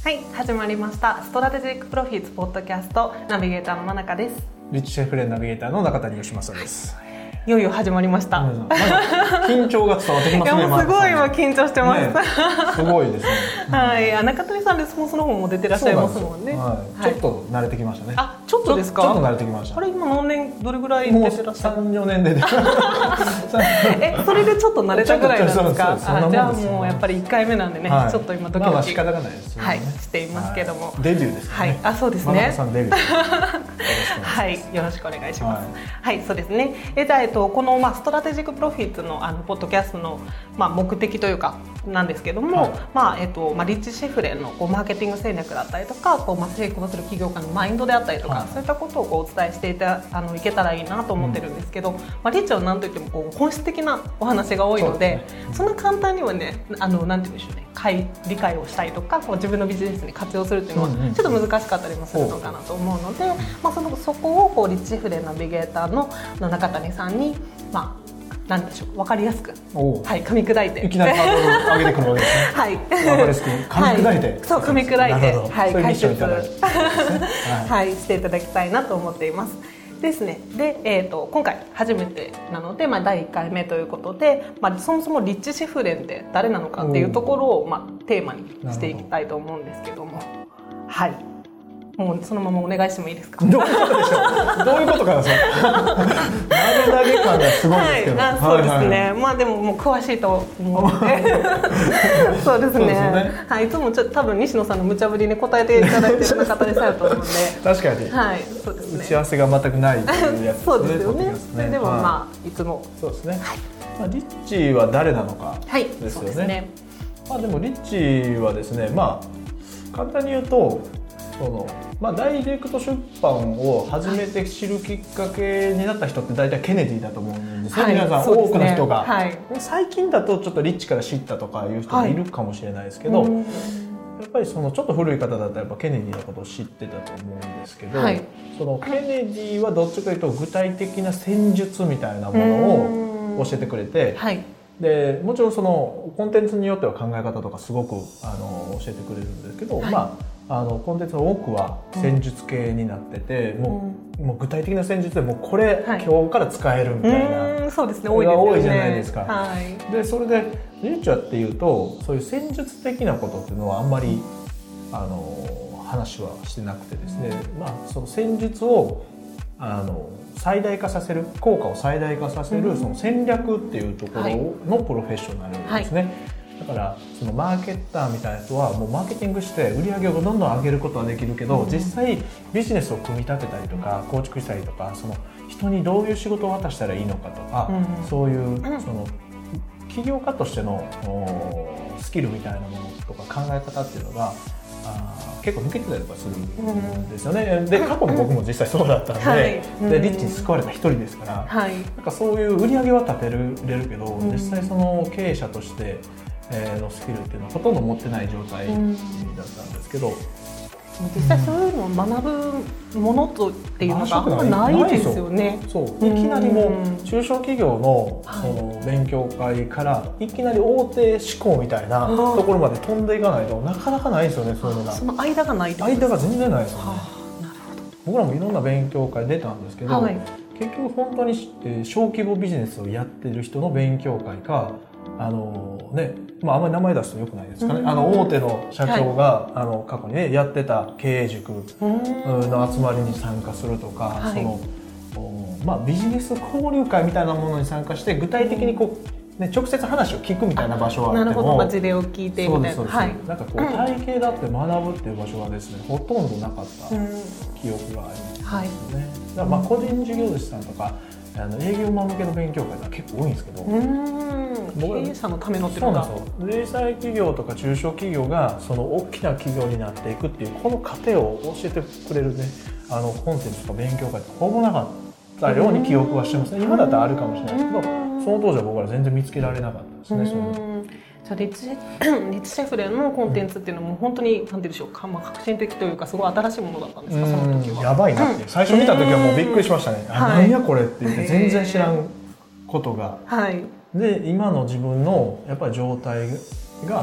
はい、始まりましたストラテジックプロフィッツポッドキャスト、ナビゲーターの真中です。 リッチシェフレンナビゲーターの中谷義正です。 いよいよ始まりました。 緊張が伝わってきますね。 いやもうすごい今緊張してます、 ね、すごいですね。 はい、中谷さんレスポンスの方も出てらっしゃいますもんね。 ちょっと慣れてきましたね。 あ、ちょっとですか。 ちょっと慣れてきました。 あれ今何年どれぐらい出てらっしゃる。 もう3、4年でそれでちょっと慣れたぐらいなんですか。じゃあもうやっぱり1回目なんでね、ちょっと今ドキドキ仕方がないですよね。 はい、していますけども、 デビューですね。 はい、あ、そうですね。 真中さんデビューはい、よろしくお願いします。はい、そうですね。じゃあこのストラテジックプロフィッツのポッドキャストの目的というかなんですけども、リッチ・シェフレンのマーケティング戦略だったりとか、成功する起業家のマインドであったりとか、そういったことをお伝えしていけたらいいなと思ってるんですけど、リッチは何といっても本質的なお話が多いので、そんな簡単にはね、なんて言うんでしょうね、理解をしたりとか自分のビジネスに活用するっていうのはちょっと難しかったりもするのかなと思うので、そこをリッチ・シェフレンナビゲーターの中谷さんになんでしょう、分かりやすく、はい、噛み砕いて、 いきなりハードル上げてくるわけですね。はい、分かりやすく噛み砕いて、はい、 そう噛み砕いて、はい、 解説はいしていただきたいなと思っています。ですね。で、今回初めてなので、第1回目ということで、そもそもリッチ・シェフレンって誰なのかっていうところをテーマにしていきたいと思うんですけども、はい。もうそのままお願いしてもいいですか。 どういうことでしょう。どういうことかな、それ。投げ感がすごいですけど。 はい、そうですね。でももう詳しいと思うので。そうですね。はい、いつも多分西野さんの無茶ぶりに答えていただいている方でさえと思うので。 確かに。 はい、そうですね。 打ち合わせが全くないというやつですね。 そうですよね。それでもいつも。 そうですね。リッチは誰なのかですよね。でもリッチはですね、簡単に言うと。ダイレクト出版を初めて知るきっかけになった人って大体ケネディだと思うんですね、皆さん、多くの人が、最近だとちょっとリッチから知ったとかいう人もいるかもしれないですけど、やっぱりちょっと古い方だったらやっぱケネディのことを知ってたと思うんですけど、そのケネディはどっちかというと具体的な戦術みたいなものを教えてくれて、でもちろんそのコンテンツによっては考え方とかすごく教えてくれるんですけど、コンテンツの多くは戦術系になってて、もう具体的な戦術でもうこれ、今日から使えるみたいな、 そうですね、 多いじゃないですか。でそれでリッチはっていうとそういう戦術的なことっていうのはあんまり話はしてなくてですね、その戦術を最大化させる、効果を最大化させるその戦略っていうところのプロフェッショナルですね。だからそのマーケッターみたいな人はもうマーケティングして売り上げをどんどん上げることはできるけど、実際ビジネスを組み立てたりとか構築したりとか、その人にどういう仕事を渡したらいいのかとか、そういうその起業家としてのスキルみたいなものとか考え方っていうのが結構抜けてたりとかするんですよね。で過去の僕も実際そうだったんで、でリッチに救われた一人ですから、なんかそういう売り上げは立てれるけど、実際その経営者としてのスキルっていうのはほとんど持ってない状態だったんですけど、 実際そういうのを学ぶものとっていうのがあんまないですよね。 そう、いきなりもう中小企業のその勉強会からいきなり大手志向みたいなところまで飛んでいかないとなかなかないですよね。そういうのが、 その間がない。 間が全然ないですよね。僕らもいろんな勉強会出たんですけど、結局本当に小規模ビジネスをやってる人の勉強会か、あんまり名前出すと良くないですかね。大手の社長が、過去にねやってた経営塾の集まりに参加するとか、ビジネス交流会みたいなものに参加して具体的に直接話を聞くみたいな場所はあっても、 事例を聞いてみたいな、 なんか体系だって学ぶっていう場所はですね、ほとんどなかった記憶がありますね。だから個人事業主さんとか営業マン向けの勉強会が結構多いんですけど、 経営者のためのっていうのが、零細企業とか中小企業がその大きな企業になっていくっていうこの過程を教えてくれるね、コンテンツとか勉強会ってほぼなかったように記憶はしてますね。今だったらあるかもしれないですけど、その当時は僕ら全然見つけられなかったですね。 じゃあリッチシェフレンのコンテンツっていうのも本当に何て言うんでしょうか、革新的というかすごい新しいものだったんですか、その時は。 やばいなって、最初見た時はもうびっくりしましたね。何やこれって言って全然知らんことが、で今の自分のやっぱり状態が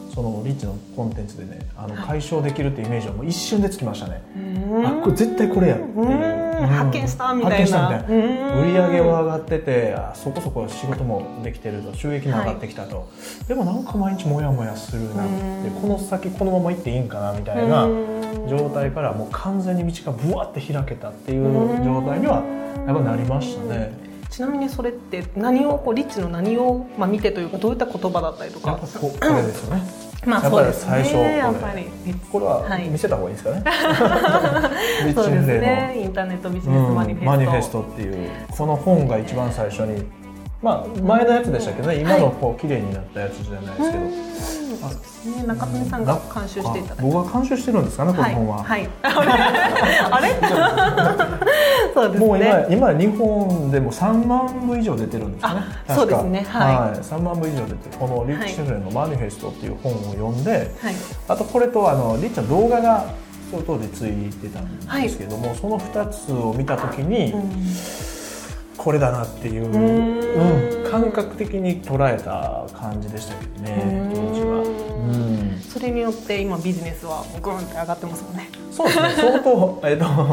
そのリッチのコンテンツでね解消できるっていうイメージはもう一瞬でつきましたね。あ、これ絶対これやっていう発見したみたいな。 売り上げは上がってて、そこそこ仕事もできてると、収益も上がってきたと、でもなんか毎日モヤモヤするなって、この先このまま行っていいんかなみたいな状態からもう完全に道がブワって開けたっていう状態にはやっぱなりましたね。 ちなみにそれって何をリッチの何を見てというか、どういった言葉だったりとか。 やっぱこれですよね。 やっぱり最初これは見せた方がいいですかね。 そうですね。インターネットビジネスマニフェストっていうこの本が一番最初に、前のやつでしたけどね、今のこう綺麗になったやつじゃないですけど、 中富さんが監修していただいて、 僕が監修してるんですかね、この本は。 あれそうですね。 もう今日本でも3万部以上出てるんですかね。 そうですね。 はい。3万部以上出て、このリッチ・シェフレンのマニフェストっていう本を読んで、あとこれとリッチの動画がその当時ついてたんですけども、その2つを見たときにこれだなっていう感覚的に捉えた感じでしたけどね、当時は。 それによって今ビジネスはグーンって上がってますもんね。 そうですね。相当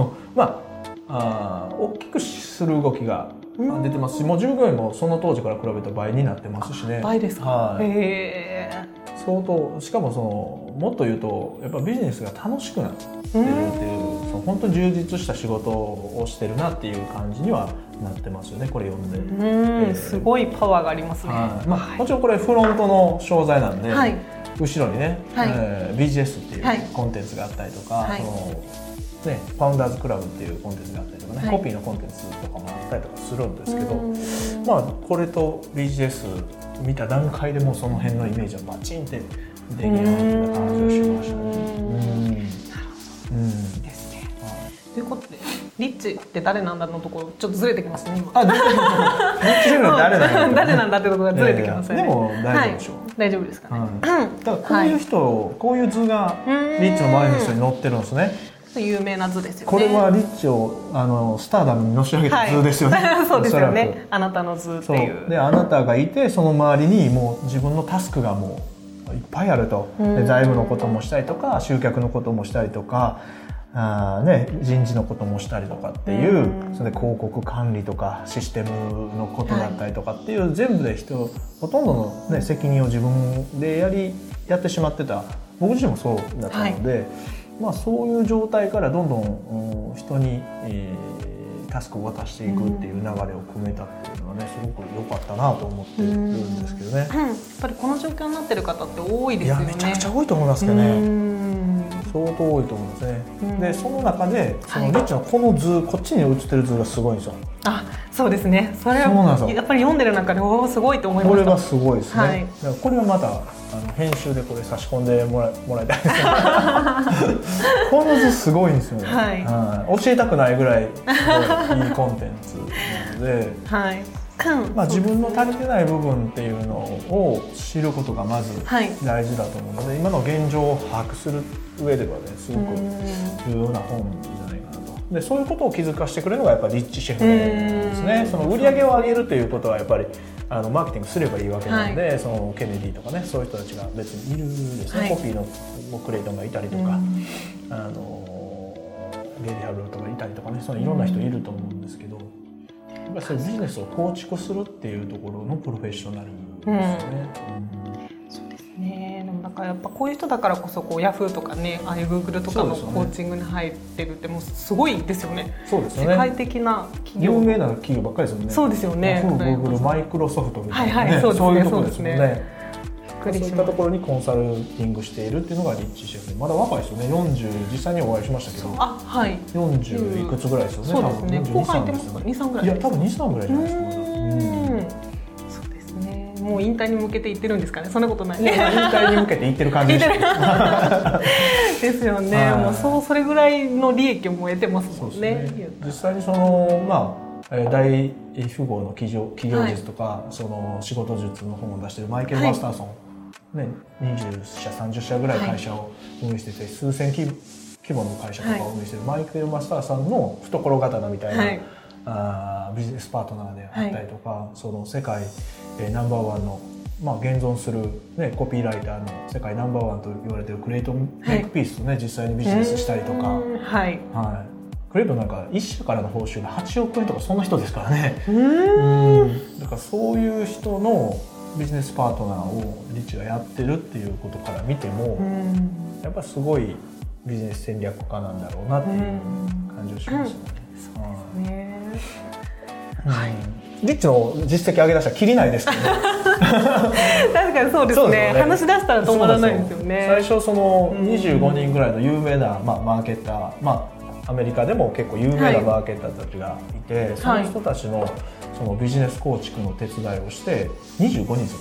大きくする動きが出てますし、もう従業員もその当時から比べた倍になってますしね。 倍ですか。 はい。相当、しかももっと言うとやっぱビジネスが楽しくなってるっていう、本当に充実した仕事をしてるなっていう感じにはなってますよね、これ読んで。 すごいパワーがありますね。 もちろんこれフロントの商材なんで、後ろにね、BGS っていうコンテンツがあったりとか、ファウンダーズクラブっていうコンテンツがあったりとかね、コピーのコンテンツとかもあったりとかするんですけど、これと BGS 見た段階でもうその辺のイメージはバチンって出来上がった感じがしましたね。 ですね。ということでリッチって誰なんだのところちょっとずれてきますね今。 リッチシェフレン誰なんだってところがずれてきますよね。 でも大丈夫でしょう。 大丈夫ですかね。 だからこういう人、こういう図がリッチのマニフェストに載ってるんですね。 有名な図ですよね。 これはリッチをスターダムにのし上げた図ですよね。 そうですよね。あなたの図っていう。 であなたがいて、その周りにもう自分のタスクがもういっぱいあると。で財務のこともしたりとか、集客のこともしたりとか、人事のこともしたりとかっていう、それで広告管理とかシステムのことだったりとかっていう、全部でほとんどの、責任を自分でやってしまってた。僕自身もそうだったので。そういう状態からどんどん人に、タスクを渡していくっていう流れを組めたっていうのはね、すごく良かったなと思ってるんですけどね。やっぱりこの状況になってる方って多いですよね。 めちゃくちゃ多いと思いますけどね。相当多いと思うんですね。でその中でそのリッチのこの図、こっちに写ってる図がすごいんですよ。 そうですね。それはやっぱり読んでる中ですごいと思いました。 これがすごいですね。だからこれはまた編集でこれ差し込んでもらいたいですね。この図すごいんですよね。教えたくないぐらいすごいいいコンテンツなので、自分の足りてない部分っていうのを知ることがまず大事だと思うので、今の現状を把握する上ではね、すごく重要な本じゃないかなと。でそういうことを気づかせてくれるのがやっぱりリッチシェフですね。その売り上げを上げるということはやっぱりマーケティングすればいいわけなので、そのケネディとかね、そういう人たちが別にいるんですね。コピーのクレイトンがいたりとか、ゲイリー・ハルロとかいたりとかね、そのいろんな人いると思うんですけど、やっぱりそういうビジネスを構築するっていうところのプロフェッショナルですよね。 そうですね。でもだからやっぱこういう人だからこそヤフーとかね、ああいうグーグルとかのコーチングに入ってるってもうすごいですよね。 そうですよね。 世界的な企業、 有名な企業ばっかりですよね。 そうですよね。 ヤフー、グーグル、マイクロソフトみたいなね、そういうところですもんね。そういったところにコンサルティングしているっていうのがリッチシェフで、まだ若いですよね。40、実際にお会いしましたけど、40いくつぐらいですよね。 そうですね。後輩ってますか？2、3ぐらい。 いや、多分2、3ぐらいじゃないですか。 そうですね。もう引退に向けていってるんですかね。そんなことない。 引退に向けていってる感じです。 ですよね。もうそれぐらいの利益も得てますもんね。 実際に大富豪の企業術とか、その仕事術の本を出しているマイケル・マスターソン、20社30社ぐらい会社を運営してて、数千規模の会社とかを運営しているマイケル・マスターさんの懐刀みたいな、ビジネスパートナーであったりとか、その世界ナンバーワンの現存する、ね、コピーライターの世界ナンバーワンと言われているクレイトン・メイクピースとね、実際にビジネスしたりとか、クレイトンなんか1社からの報酬が8億円とかそんな人ですからね。だからそういう人のビジネスパートナーをリッチがやってるっていうことから見ても、やっぱりすごいビジネス戦略家なんだろうなっていう感じがしますよね。 そうですね。 リッチの実績上げ出したらキリないですけどね。 確かにそうですね。話し出したら止まらないですよね。 最初その25人ぐらいの有名な、マーケッター、アメリカでも結構有名なマーケッターたちがいて、その人たちのそのビジネス構築の手伝いをして25人ですよ。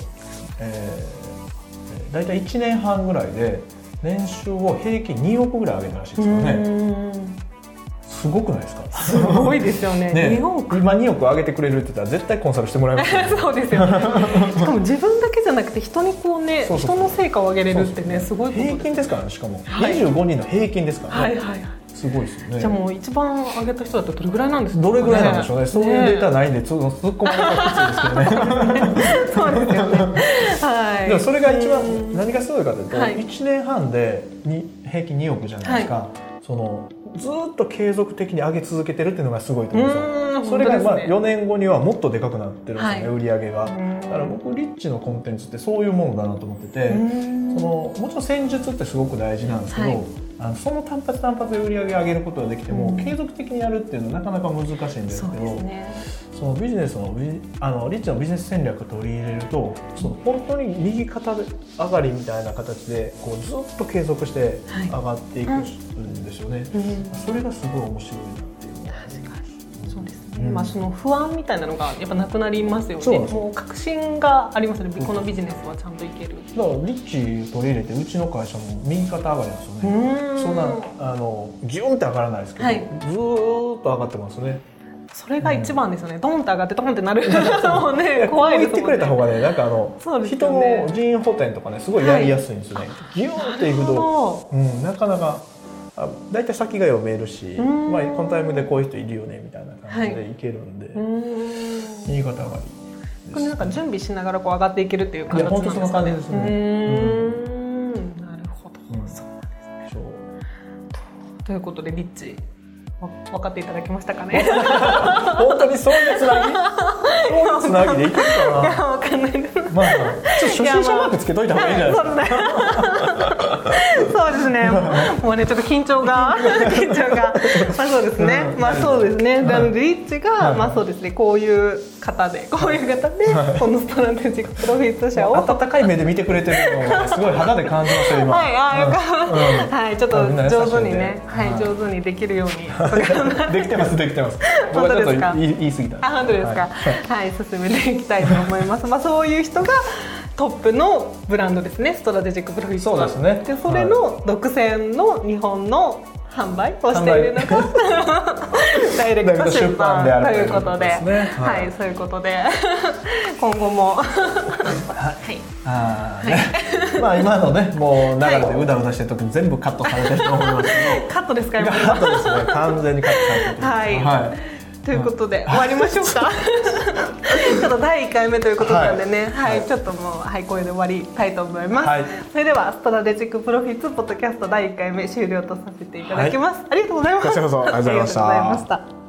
だいたい1年半ぐらいで年収を平均2億ぐらい上げたらしいですよね。すごくないですか？ すごいですよね。2億今2億上げてくれるって言ったら絶対コンサルしてもらいますよね。 そうですよね。しかも自分だけじゃなくて人にこうね、人の成果を上げれるってね、すごいことです。 平均ですからね。しかも25人の平均ですからね。すごいですよね。 じゃあもう一番上げた人だとどれぐらいなんですかね。 どれぐらいなんでしょうね。そういうデータないんで突っ込まれたらきついですけどね。 そうですよね。 でもそれが一番何がすごいかというと、1年半で平均2億じゃないですか。そのずっと継続的に上げ続けてるっていうのがすごいと思うんですよ。それが4年後にはもっとでかくなってるんですよね、売り上げが。だから僕リッチのコンテンツってそういうものだなと思ってて、もちろん戦術ってすごく大事なんですけど、その単発で売り上げ上げることができても、継続的にやるっていうのはなかなか難しいんですけど、そのビジネスのリッチのビジネス戦略を取り入れると、その本当に右肩上がりみたいな形でこうずっと継続して上がっていくんですよね。それがすごい面白いなっていう。 確かにそうですね。その不安みたいなのがやっぱなくなりますよね。もう確信がありますね。このビジネスはちゃんといける。 だからリッチ取り入れてうちの会社も右肩上がりなんですよね。そんなギュンって上がらないですけど、ずーっと上がってますね。 それが一番ですよね。ドンって上がってドンってなるのもね、怖いですもんね。 言ってくれた方がね、なんか人の人員補填とかね、すごいやりやすいんですよね。ギューっていくと、なかなかだいたい先が読めるし、このタイムでこういう人いるよねみたいな感じでいけるんで、右肩上がり。 これなんか準備しながらこう上がっていけるっていう感じなんですかね。 いや、本当その感じですね。 なるほど。そうなんですね。ということでリッチ。分かっていただけましたかね。 本当にそういうつなぎでいけるかな。 いや、分かんないです。 ちょっと初心者マークつけといた方がいいんじゃないですか。 そうですね。もうね、ちょっと緊張がそうですね。そうですね。なのでリッチがそうですね。こういう方でこのストラテジックプロフィット社を温かい目で見てくれてるのがすごい肌で感じますよ今。 はい、ちょっと上手にね、上手にできるように。 できてます。 本当ですか。 言い過ぎた。 本当ですか。進めていきたいと思います。そういう人がトップのブランドですね。ストラテジックプロフィット。 そうですね。 でそれの独占の日本の販売をしているのがダイレクト出版ということで、そういうことで今後も今のね、もう流れでうだうだしてる時に全部カットされてると思いますけど。 カットですか？今カットですね。完全にカットされてる。 はい。ということで終わりましょうか。ちょっと第1回目ということなんでね、ちょっともうこれで終わりたいと思います。それではストラテジックプロフィッツポッドキャスト第1回目終了とさせていただきます。ありがとうございます。 こちらこそありがとうございました。